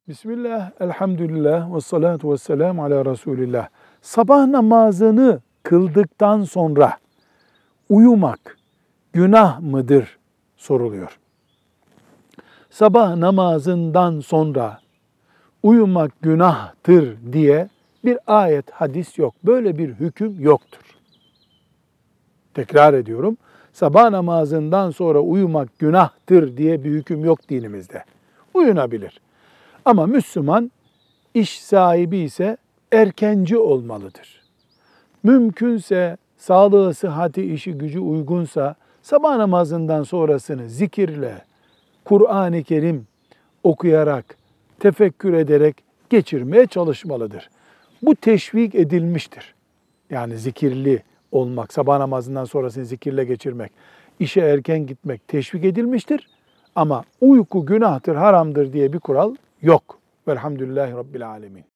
Bismillah, elhamdülillah ve salatu ve selamu ala Resulillah. Sabah namazını kıldıktan sonra uyumak günah mıdır soruluyor. Sabah namazından sonra uyumak günahtır diye bir ayet, hadis yok. Böyle bir hüküm yoktur. Tekrar ediyorum. Sabah namazından sonra uyumak günahtır diye bir hüküm yok dinimizde. Uyunabilir. Ama Müslüman iş sahibi ise erkenci olmalıdır. Mümkünse sağlığı, sıhhati, işi, gücü uygunsa sabah namazından sonrasını zikirle, Kur'an-ı Kerim okuyarak, tefekkür ederek geçirmeye çalışmalıdır. Bu teşvik edilmiştir. Yani zikirli olmak, sabah namazından sonrasını zikirle geçirmek, işe erken gitmek teşvik edilmiştir. Ama uyku günahtır, haramdır diye bir kural yok. Velhamdülillahi Rabbil alemin.